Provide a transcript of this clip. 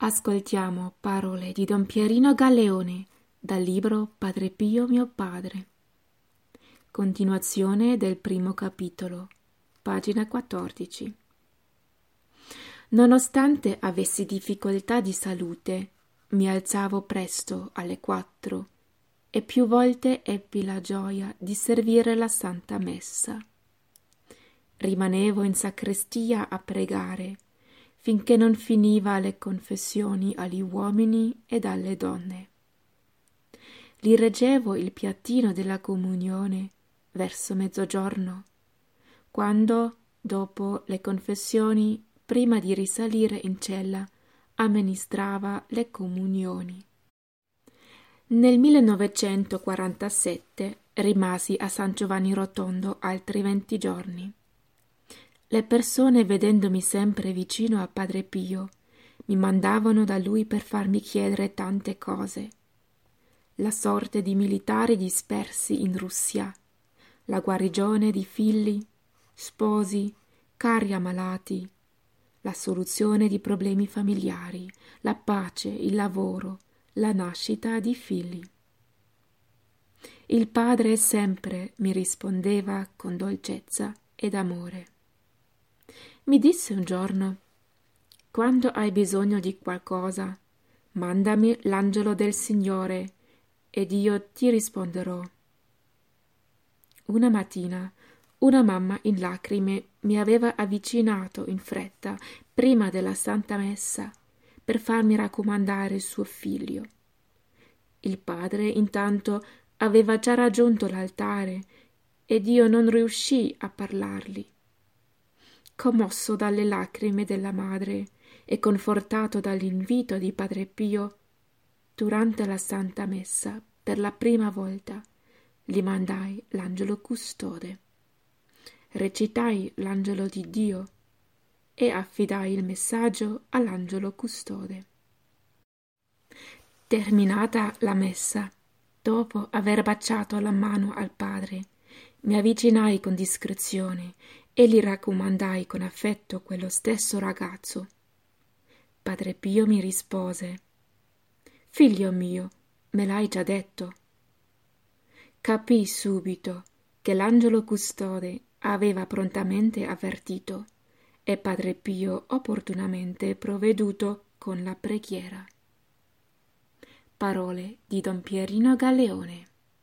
Ascoltiamo parole di Don Pierino Galleone dal libro Padre Pio mio padre. Continuazione del primo capitolo, pagina 14. Nonostante avessi difficoltà di salute, mi alzavo presto alle 4 e più volte ebbi la gioia di servire la Santa Messa. Rimanevo in sacrestia a pregare finché non finiva le confessioni agli uomini ed alle donne. Li reggevo il piattino della comunione verso mezzogiorno, quando, dopo le confessioni, prima di risalire in cella, amministrava le comunioni. Nel 1947 rimasi a San Giovanni Rotondo altri 20 giorni. Le persone, vedendomi sempre vicino a Padre Pio, mi mandavano da lui per farmi chiedere tante cose. La sorte di militari dispersi in Russia, la guarigione di figli, sposi, cari ammalati, la soluzione di problemi familiari, la pace, il lavoro, la nascita di figli. Il padre sempre mi rispondeva con dolcezza ed amore. Mi disse un giorno: quando hai bisogno di qualcosa, mandami l'angelo del Signore ed io ti risponderò. Una mattina una mamma in lacrime mi aveva avvicinato in fretta prima della Santa Messa per farmi raccomandare suo figlio. Il padre intanto aveva già raggiunto l'altare ed io non riuscii a parlargli. Commosso dalle lacrime della madre e confortato dall'invito di Padre Pio, durante la Santa Messa, per la prima volta, gli mandai l'angelo custode. Recitai l'angelo di Dio e affidai il messaggio all'angelo custode. Terminata la messa, dopo aver baciato la mano al padre, mi avvicinai con discrezione e gli raccomandai con affetto quello stesso ragazzo. Padre Pio mi rispose: «Figlio mio, me l'hai già detto». Capii subito che l'angelo custode aveva prontamente avvertito e Padre Pio opportunamente provveduto con la preghiera. Parole di Don Pierino Galleone.